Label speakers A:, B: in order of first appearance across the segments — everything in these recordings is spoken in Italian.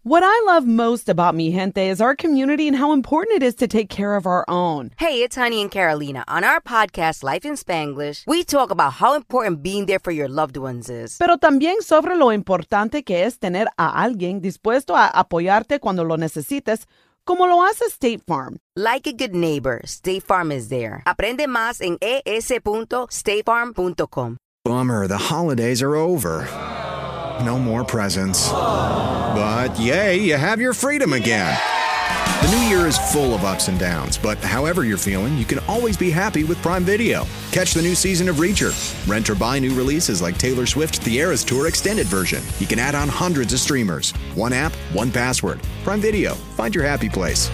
A: What I love most about Mi Gente is our community and how important it is to take care of our own.
B: Hey, it's Honey and Carolina. On our podcast, Life in Spanglish, we talk about how important being there for your loved ones is.
A: Pero también sobre lo importante que es tener a alguien dispuesto a apoyarte cuando lo necesites, como lo hace State Farm.
B: Like a good neighbor, State Farm is there. Aprende más en es.statefarm.com.
C: Bummer, the holidays are over. No more presents. But yay, you have your freedom again. The new year is full of ups and downs, but however you're feeling, you can always be happy with Prime Video. Catch the new season of Reacher. Rent or buy new releases like Taylor Swift's The Eras Tour Extended Version. You can add on hundreds of streamers. One app, one password. Prime Video. Find your happy place.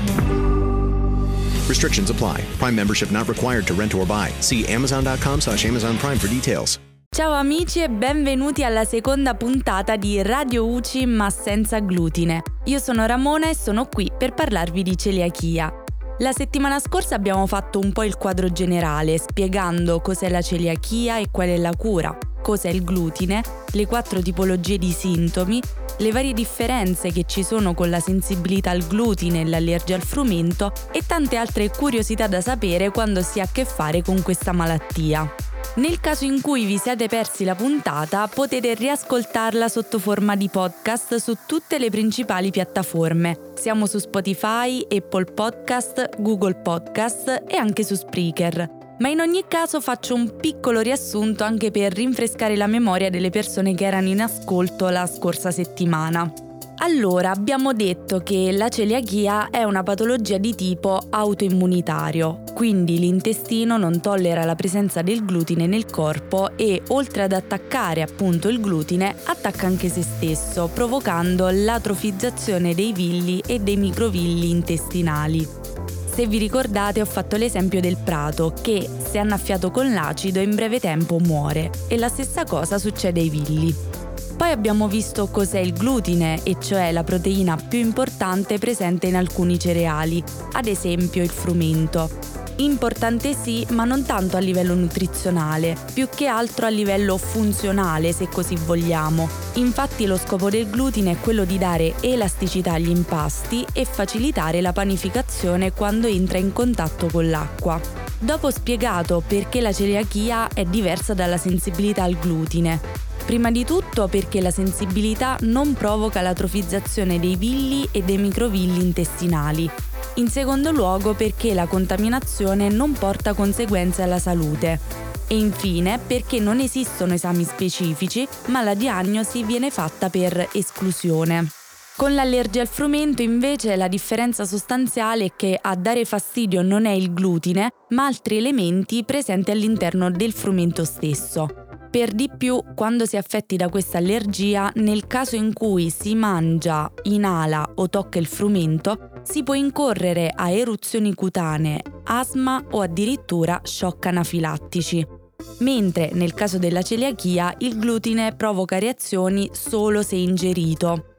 C: Restrictions apply. Prime membership not required to rent or buy. See Amazon.com/Amazon Prime for details.
D: Ciao amici e benvenuti alla seconda puntata di Radio UCI ma senza glutine. Io sono Ramona e sono qui per parlarvi di celiachia. La settimana scorsa abbiamo fatto un po' il quadro generale, spiegando cos'è la celiachia e qual è la cura, cos'è il glutine, le 4 tipologie di sintomi, le varie differenze che ci sono con la sensibilità al glutine e l'allergia al frumento e tante altre curiosità da sapere quando si ha a che fare con questa malattia. Nel caso in cui vi siate persi la puntata, potete riascoltarla sotto forma di podcast su tutte le principali piattaforme. Siamo su Spotify, Apple Podcast, Google Podcast e anche su Spreaker. Ma in ogni caso faccio un piccolo riassunto anche per rinfrescare la memoria delle persone che erano in ascolto la scorsa settimana. Allora, abbiamo detto che la celiachia è una patologia di tipo autoimmunitario, quindi l'intestino non tollera la presenza del glutine nel corpo e, oltre ad attaccare appunto il glutine, attacca anche se stesso, provocando l'atrofizzazione dei villi e dei microvilli intestinali. Se vi ricordate, ho fatto l'esempio del prato che, se annaffiato con l'acido, in breve tempo muore, e la stessa cosa succede ai villi. Poi abbiamo visto cos'è il glutine, e cioè la proteina più importante presente in alcuni cereali, ad esempio il frumento. Importante sì, ma non tanto a livello nutrizionale, più che altro a livello funzionale, se così vogliamo. Infatti lo scopo del glutine è quello di dare elasticità agli impasti e facilitare la panificazione quando entra in contatto con l'acqua. Dopo ho spiegato perché la celiachia è diversa dalla sensibilità al glutine. Prima di tutto perché la sensibilità non provoca l'atrofizzazione dei villi e dei microvilli intestinali. In secondo luogo perché la contaminazione non porta conseguenze alla salute. E infine perché non esistono esami specifici, ma la diagnosi viene fatta per esclusione. Con l'allergia al frumento invece la differenza sostanziale è che a dare fastidio non è il glutine, ma altri elementi presenti all'interno del frumento stesso. Per di più, quando si è affetti da questa allergia, nel caso in cui si mangia, inala o tocca il frumento, si può incorrere a eruzioni cutanee, asma o addirittura shock anafilattici. Mentre nel caso della celiachia il glutine provoca reazioni solo se ingerito.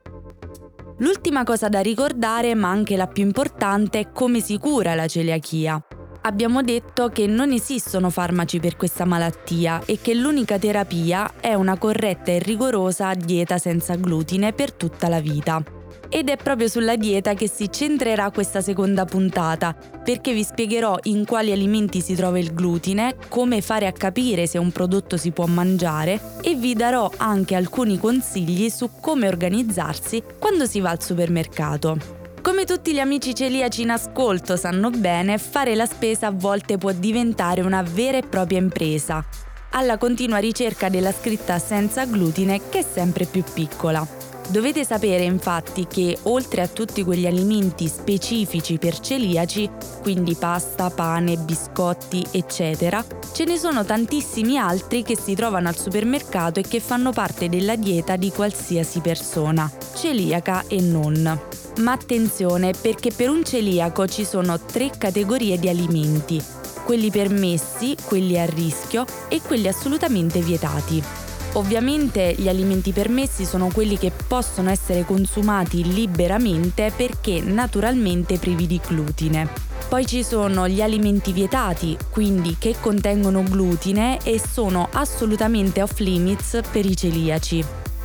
D: L'ultima cosa da ricordare, ma anche la più importante, è come si cura la celiachia. Abbiamo detto che non esistono farmaci per questa malattia e che l'unica terapia è una corretta e rigorosa dieta senza glutine per tutta la vita. Ed è proprio sulla dieta che si centrerà questa seconda puntata, perché vi spiegherò in quali alimenti si trova il glutine, come fare a capire se un prodotto si può mangiare e vi darò anche alcuni consigli su come organizzarsi quando si va al supermercato. Come tutti gli amici celiaci in ascolto sanno bene, fare la spesa a volte può diventare una vera e propria impresa, alla continua ricerca della scritta senza glutine che è sempre più piccola. Dovete sapere infatti che oltre a tutti quegli alimenti specifici per celiaci, quindi pasta, pane, biscotti, eccetera, ce ne sono tantissimi altri che si trovano al supermercato e che fanno parte della dieta di qualsiasi persona, celiaca e non. Ma attenzione, perché per un celiaco ci sono 3 categorie di alimenti: quelli permessi, quelli a rischio e quelli assolutamente vietati. Ovviamente gli alimenti permessi sono quelli che possono essere consumati liberamente perché naturalmente privi di glutine. Poi ci sono gli alimenti vietati, quindi che contengono glutine e sono assolutamente off limits per i celiaci.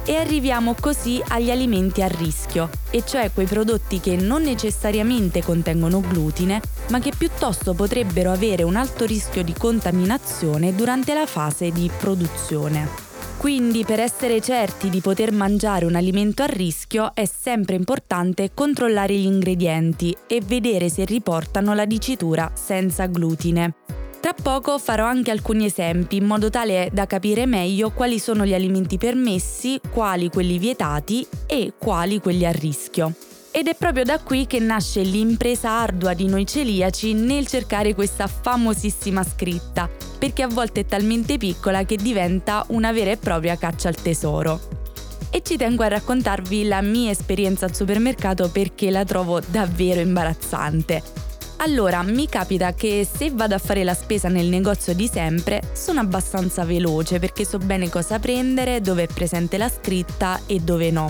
D: E arriviamo così agli alimenti a rischio, e cioè quei prodotti che non necessariamente contengono glutine, ma che piuttosto potrebbero avere un alto rischio di contaminazione durante la fase di produzione. Quindi, per essere certi di poter mangiare un alimento a rischio, è sempre importante controllare gli ingredienti e vedere se riportano la dicitura senza glutine. Tra poco farò anche alcuni esempi in modo tale da capire meglio quali sono gli alimenti permessi, quali quelli vietati e quali quelli a rischio. Ed è proprio da qui che nasce l'impresa ardua di noi celiaci nel cercare questa famosissima scritta, perché a volte è talmente piccola che diventa una vera e propria caccia al tesoro. E ci tengo a raccontarvi la mia esperienza al supermercato perché la trovo davvero imbarazzante. Allora, mi capita che se vado a fare la spesa nel negozio di sempre, sono abbastanza veloce perché so bene cosa prendere, dove è presente la scritta e dove no.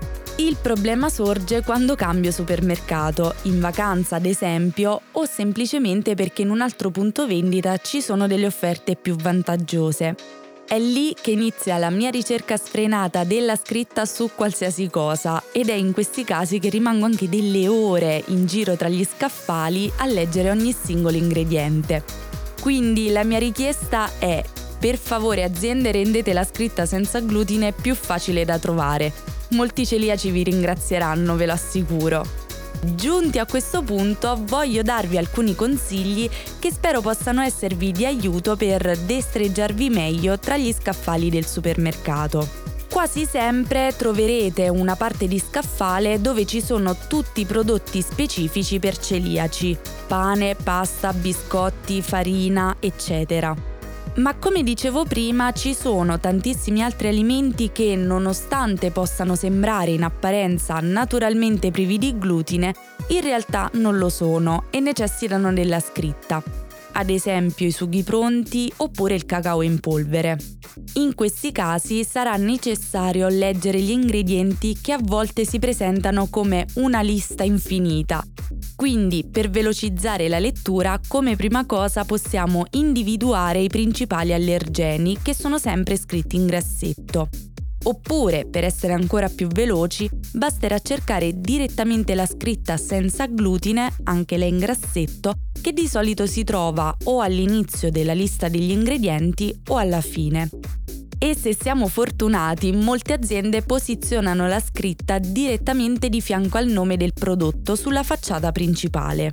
D: Il problema sorge quando cambio supermercato, in vacanza ad esempio, o semplicemente perché in un altro punto vendita ci sono delle offerte più vantaggiose. È lì che inizia la mia ricerca sfrenata della scritta su qualsiasi cosa ed è in questi casi che rimango anche delle ore in giro tra gli scaffali a leggere ogni singolo ingrediente. Quindi la mia richiesta è: per favore aziende, rendete la scritta senza glutine più facile da trovare. Molti celiaci vi ringrazieranno, ve lo assicuro. Giunti a questo punto, voglio darvi alcuni consigli che spero possano esservi di aiuto per destreggiarvi meglio tra gli scaffali del supermercato. Quasi sempre troverete una parte di scaffale dove ci sono tutti i prodotti specifici per celiaci: pane, pasta, biscotti, farina, eccetera. Ma come dicevo prima, ci sono tantissimi altri alimenti che, nonostante possano sembrare in apparenza naturalmente privi di glutine, in realtà non lo sono e necessitano della scritta. Ad esempio i sughi pronti oppure il cacao in polvere. In questi casi sarà necessario leggere gli ingredienti che a volte si presentano come una lista infinita. Quindi, per velocizzare la lettura, come prima cosa possiamo individuare i principali allergeni che sono sempre scritti in grassetto. Oppure, per essere ancora più veloci, basterà cercare direttamente la scritta senza glutine, anche lei in grassetto, che di solito si trova o all'inizio della lista degli ingredienti o alla fine. E se siamo fortunati, molte aziende posizionano la scritta direttamente di fianco al nome del prodotto sulla facciata principale.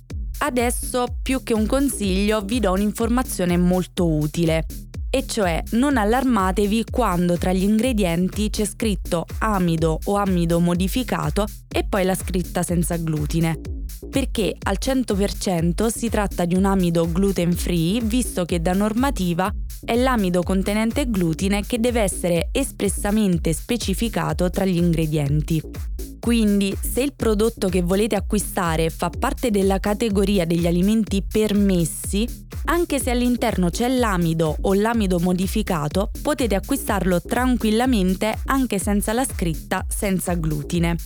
D: Adesso, più che un consiglio, vi do un'informazione molto utile. E cioè, non allarmatevi quando tra gli ingredienti c'è scritto amido o amido modificato e poi la scritta senza glutine. Perché al 100% si tratta di un amido gluten free, visto che da normativa è l'amido contenente glutine che deve essere espressamente specificato tra gli ingredienti. Quindi, se il prodotto che volete acquistare fa parte della categoria degli alimenti permessi, anche se all'interno c'è l'amido o l'amido modificato, potete acquistarlo tranquillamente anche senza la scritta senza glutine.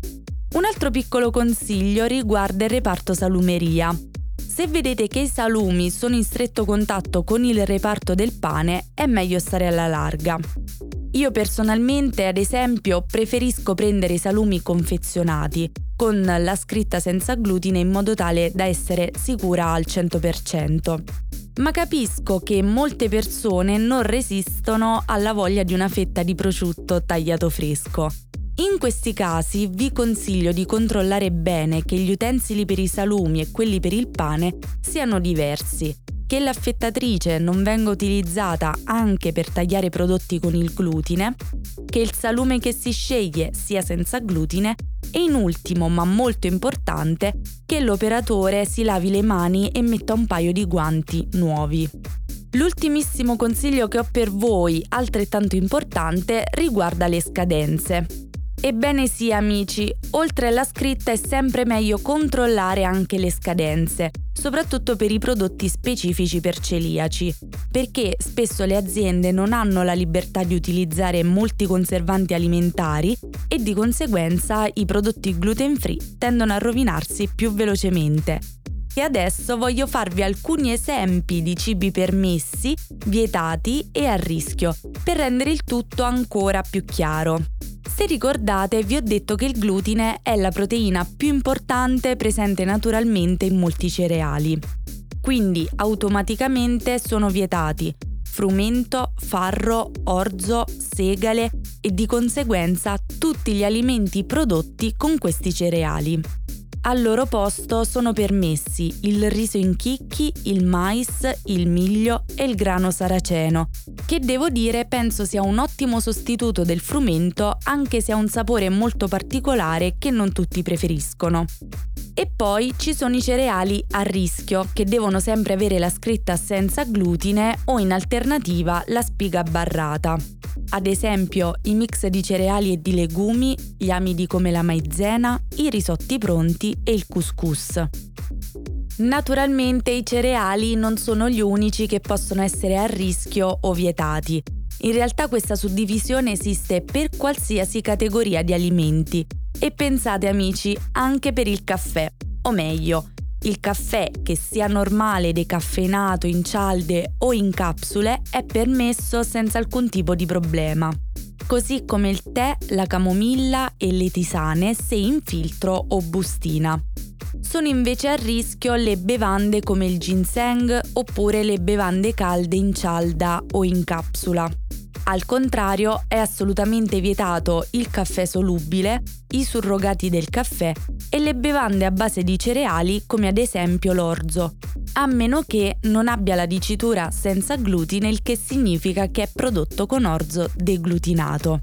D: Un altro piccolo consiglio riguarda il reparto salumeria. Se vedete che i salumi sono in stretto contatto con il reparto del pane, è meglio stare alla larga. Io personalmente, ad esempio, preferisco prendere i salumi confezionati, con la scritta senza glutine in modo tale da essere sicura al 100%. Ma capisco che molte persone non resistono alla voglia di una fetta di prosciutto tagliato fresco. In questi casi vi consiglio di controllare bene che gli utensili per i salumi e quelli per il pane siano diversi, che l'affettatrice non venga utilizzata anche per tagliare prodotti con il glutine, che il salume che si sceglie sia senza glutine e in ultimo, ma molto importante, che l'operatore si lavi le mani e metta un paio di guanti nuovi. L'ultimissimo consiglio che ho per voi, altrettanto importante, riguarda le scadenze. Ebbene sì, amici, oltre alla scritta è sempre meglio controllare anche le scadenze, soprattutto per i prodotti specifici per celiaci, perché spesso le aziende non hanno la libertà di utilizzare molti conservanti alimentari e di conseguenza i prodotti gluten free tendono a rovinarsi più velocemente. e adesso voglio farvi alcuni esempi di cibi permessi, vietati e a rischio, per rendere il tutto ancora più chiaro. Se ricordate, vi ho detto che il glutine è la proteina più importante presente naturalmente in molti cereali. Quindi automaticamente sono vietati frumento, farro, orzo, segale e di conseguenza tutti gli alimenti prodotti con questi cereali. Al loro posto sono permessi il riso in chicchi, il mais, il miglio e il grano saraceno, che devo dire penso sia un ottimo sostituto del frumento, anche se ha un sapore molto particolare che non tutti preferiscono. E poi ci sono i cereali a rischio, che devono sempre avere la scritta senza glutine o in alternativa la spiga barrata. Ad esempio i mix di cereali e di legumi, gli amidi come la maizena, i risotti pronti e il couscous. Naturalmente i cereali non sono gli unici che possono essere a rischio o vietati. In realtà questa suddivisione esiste per qualsiasi categoria di alimenti. E pensate amici, anche per il caffè, o meglio, il caffè che sia normale, decaffeinato, in cialde o in capsule è permesso senza alcun tipo di problema. Così come il tè, la camomilla e le tisane se in filtro o bustina. Sono invece a rischio le bevande come il ginseng oppure le bevande calde in cialda o in capsula. Al contrario, è assolutamente vietato il caffè solubile, i surrogati del caffè e le bevande a base di cereali come ad esempio l'orzo, a meno che non abbia la dicitura senza glutine, il che significa che è prodotto con orzo deglutinato.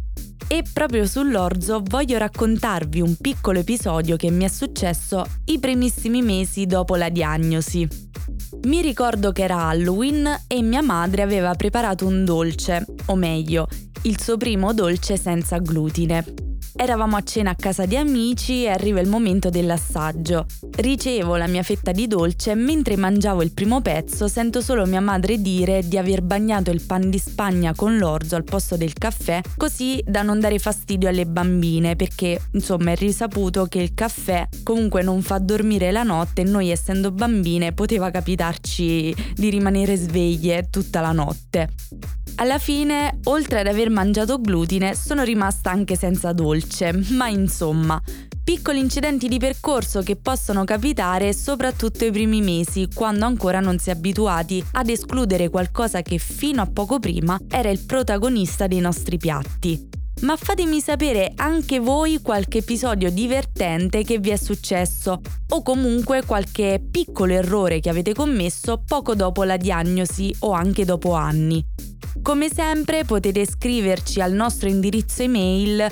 D: E proprio sull'orzo voglio raccontarvi un piccolo episodio che mi è successo i primissimi mesi dopo la diagnosi. Mi ricordo che era Halloween e mia madre aveva preparato un dolce, o meglio, il suo primo dolce senza glutine. Eravamo a cena a casa di amici e arriva il momento dell'assaggio. Ricevo la mia fetta di dolce e mentre mangiavo il primo pezzo sento solo mia madre dire di aver bagnato il pan di Spagna con l'orzo al posto del caffè, così da non dare fastidio alle bambine, perché insomma è risaputo che il caffè comunque non fa dormire la notte e noi essendo bambine poteva capitarci di rimanere sveglie tutta la notte. Alla fine, oltre ad aver mangiato glutine, sono rimasta anche senza dolce, ma insomma, piccoli incidenti di percorso che possono capitare soprattutto i primi mesi, quando ancora non si è abituati ad escludere qualcosa che fino a poco prima era il protagonista dei nostri piatti. Ma fatemi sapere anche voi qualche episodio divertente che vi è successo o comunque qualche piccolo errore che avete commesso poco dopo la diagnosi o anche dopo anni. Come sempre potete scriverci al nostro indirizzo email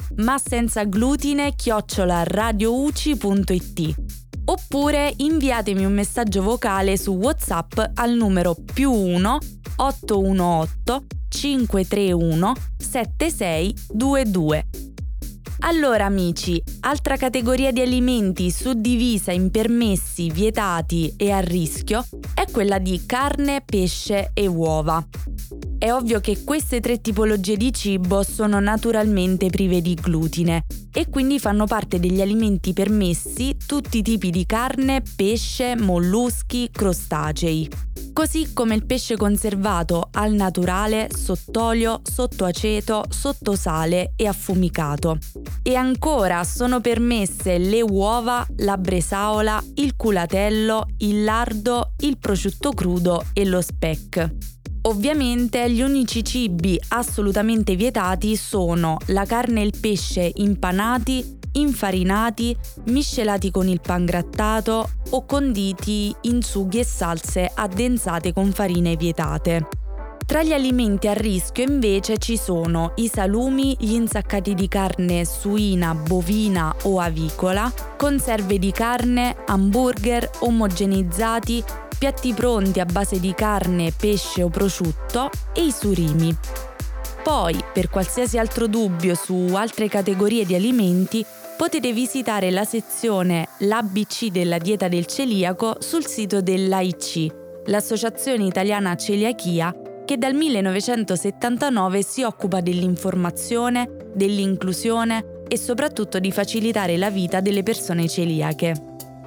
D: massenzaglutine@radiouci.it oppure inviatemi un messaggio vocale su WhatsApp al numero +1 818 531 7622. Allora amici, altra categoria di alimenti suddivisa in permessi, vietati e a rischio è quella di carne, pesce e uova. È ovvio che queste tre tipologie di cibo sono naturalmente prive di glutine e quindi fanno parte degli alimenti permessi tutti i tipi di carne, pesce, molluschi, crostacei. Così come il pesce conservato al naturale, sott'olio, sottoaceto, sottosale e affumicato. E ancora sono permesse le uova, la bresaola, il culatello, il lardo, il prosciutto crudo e lo speck. Ovviamente gli unici cibi assolutamente vietati sono la carne e il pesce impanati, infarinati, miscelati con il pangrattato o conditi in sughi e salse addensate con farine vietate. Tra gli alimenti a rischio invece ci sono i salumi, gli insaccati di carne suina, bovina o avicola, conserve di carne, hamburger omogeneizzati, piatti pronti a base di carne, pesce o prosciutto e i surimi. Poi, per qualsiasi altro dubbio su altre categorie di alimenti, potete visitare la sezione l'ABC della dieta del celiaco sul sito dell'AIC, l'Associazione Italiana Celiachia, che dal 1979 si occupa dell'informazione, dell'inclusione e soprattutto di facilitare la vita delle persone celiache.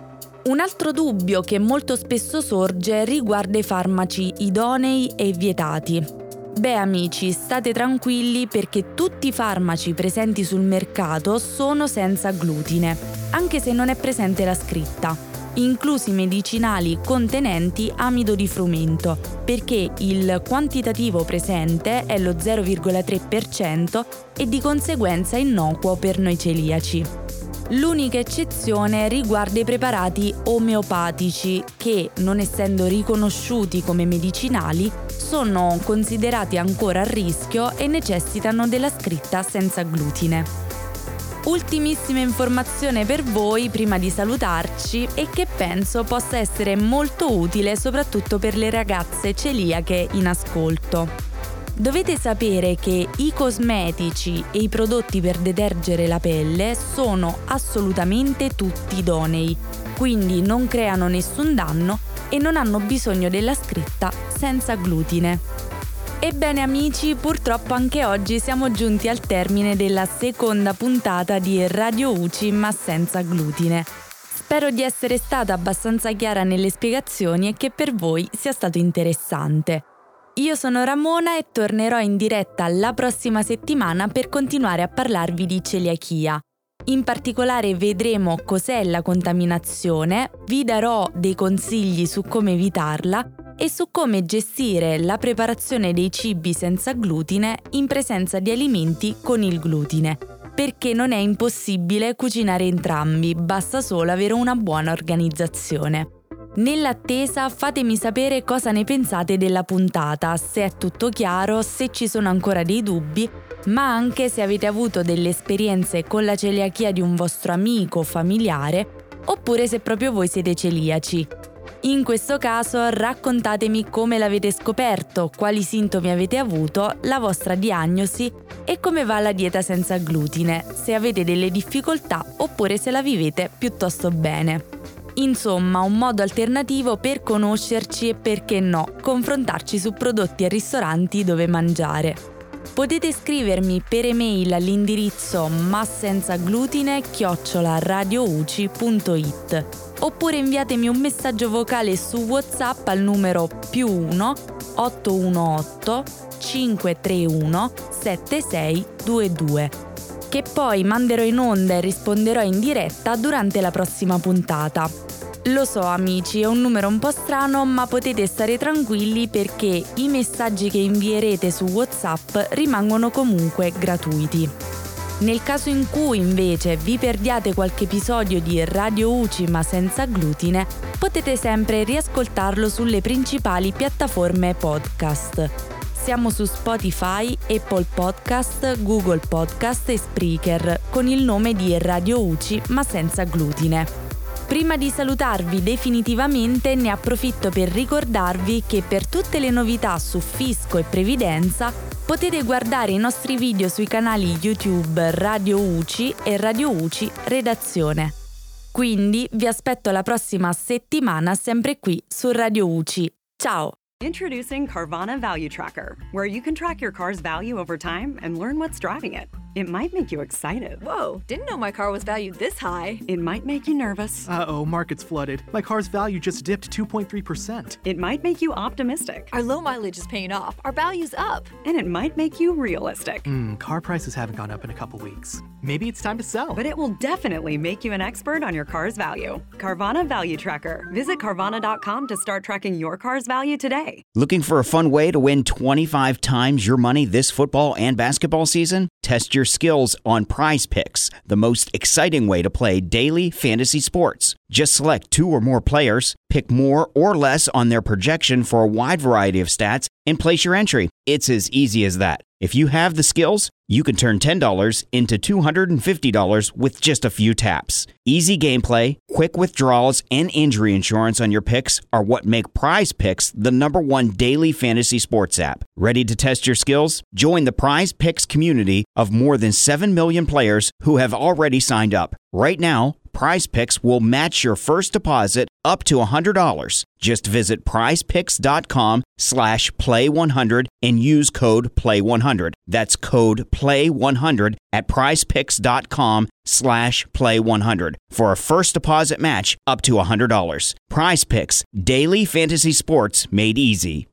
D: Un altro dubbio che molto spesso sorge riguarda i farmaci idonei e vietati. Beh amici, state tranquilli perché tutti i farmaci presenti sul mercato sono senza glutine, anche se non è presente la scritta, inclusi medicinali contenenti amido di frumento, perché il quantitativo presente è lo 0,3% e di conseguenza innocuo per noi celiaci. L'unica eccezione riguarda i preparati omeopatici che, non essendo riconosciuti come medicinali, sono considerati ancora a rischio e necessitano della scritta senza glutine. Ultimissima informazione per voi prima di salutarci e che penso possa essere molto utile soprattutto per le ragazze celiache in ascolto. Dovete sapere che i cosmetici e i prodotti per detergere la pelle sono assolutamente tutti idonei, quindi non creano nessun danno e non hanno bisogno della scritta senza glutine. Ebbene amici, purtroppo anche oggi siamo giunti al termine della seconda puntata di Radio UCI ma senza glutine. Spero di essere stata abbastanza chiara nelle spiegazioni e che per voi sia stato interessante. Io sono Ramona e tornerò in diretta la prossima settimana per continuare a parlarvi di celiachia. In particolare vedremo cos'è la contaminazione, vi darò dei consigli su come evitarla e su come gestire la preparazione dei cibi senza glutine in presenza di alimenti con il glutine, perché non è impossibile cucinare entrambi, basta solo avere una buona organizzazione. Nell'attesa fatemi sapere cosa ne pensate della puntata, se è tutto chiaro, se ci sono ancora dei dubbi, ma anche se avete avuto delle esperienze con la celiachia di un vostro amico o familiare, oppure se proprio voi siete celiaci. In questo caso raccontatemi come l'avete scoperto, quali sintomi avete avuto, la vostra diagnosi e come va la dieta senza glutine, se avete delle difficoltà oppure se la vivete piuttosto bene. Insomma, un modo alternativo per conoscerci e, perché no, confrontarci su prodotti e ristoranti dove mangiare. Potete scrivermi per email all'indirizzo massenzaglutine@radiouci.it oppure inviatemi un messaggio vocale su WhatsApp al numero +1 818 531 7622, che poi manderò in onda e risponderò in diretta durante la prossima puntata. Lo so amici, è un numero un po' strano, ma potete stare tranquilli perché i messaggi che invierete su WhatsApp rimangono comunque gratuiti. Nel caso in cui invece vi perdiate qualche episodio di Radio UCI ma senza glutine, potete sempre riascoltarlo sulle principali piattaforme podcast. Siamo su Spotify, Apple Podcast, Google Podcast e Spreaker con il nome di Radio UCI ma senza glutine. Prima di salutarvi definitivamente ne approfitto per ricordarvi che per tutte le novità su fisco e previdenza potete guardare i nostri video sui canali YouTube Radio UCI e Radio UCI Redazione. Quindi vi aspetto la prossima settimana sempre qui su Radio UCI. Ciao!
E: Introducing Carvana Value Tracker, where you can track your car's value over time and learn what's driving it. It might make you excited.
F: Whoa, didn't know my car was valued this high.
E: It might make you nervous.
G: Uh-oh, market's flooded. My car's value just dipped 2.3%.
E: It might make you optimistic.
F: Our low mileage is paying off. Our value's up.
E: And it might make you realistic.
G: Car prices haven't gone up in a couple weeks. Maybe it's time to sell.
E: But it will definitely make you an expert on your car's value. Carvana Value Tracker. Visit Carvana.com to start tracking your car's value today.
H: Looking for a fun way to win 25 times your money this football and basketball season? Test your skills on Prize Picks, the most exciting way to play daily fantasy sports. Just select 2 or more players, pick more or less on their projection for a wide variety of stats, and place your entry. It's as easy as that. If you have the skills, you can turn $10 into $250 with just a few taps. Easy gameplay, quick withdrawals, and injury insurance on your picks are what make Prize Picks the #1 daily fantasy sports app. Ready to test your skills? Join the Prize Picks community of more than 7 million players who have already signed up. Right now, PrizePicks will match your first deposit up to $100. Just visit prizepicks.com/play100 and use code PLAY100. That's code PLAY100 at prizepicks.com/play100 for a first deposit match up to $100. PrizePicks, daily fantasy sports made easy.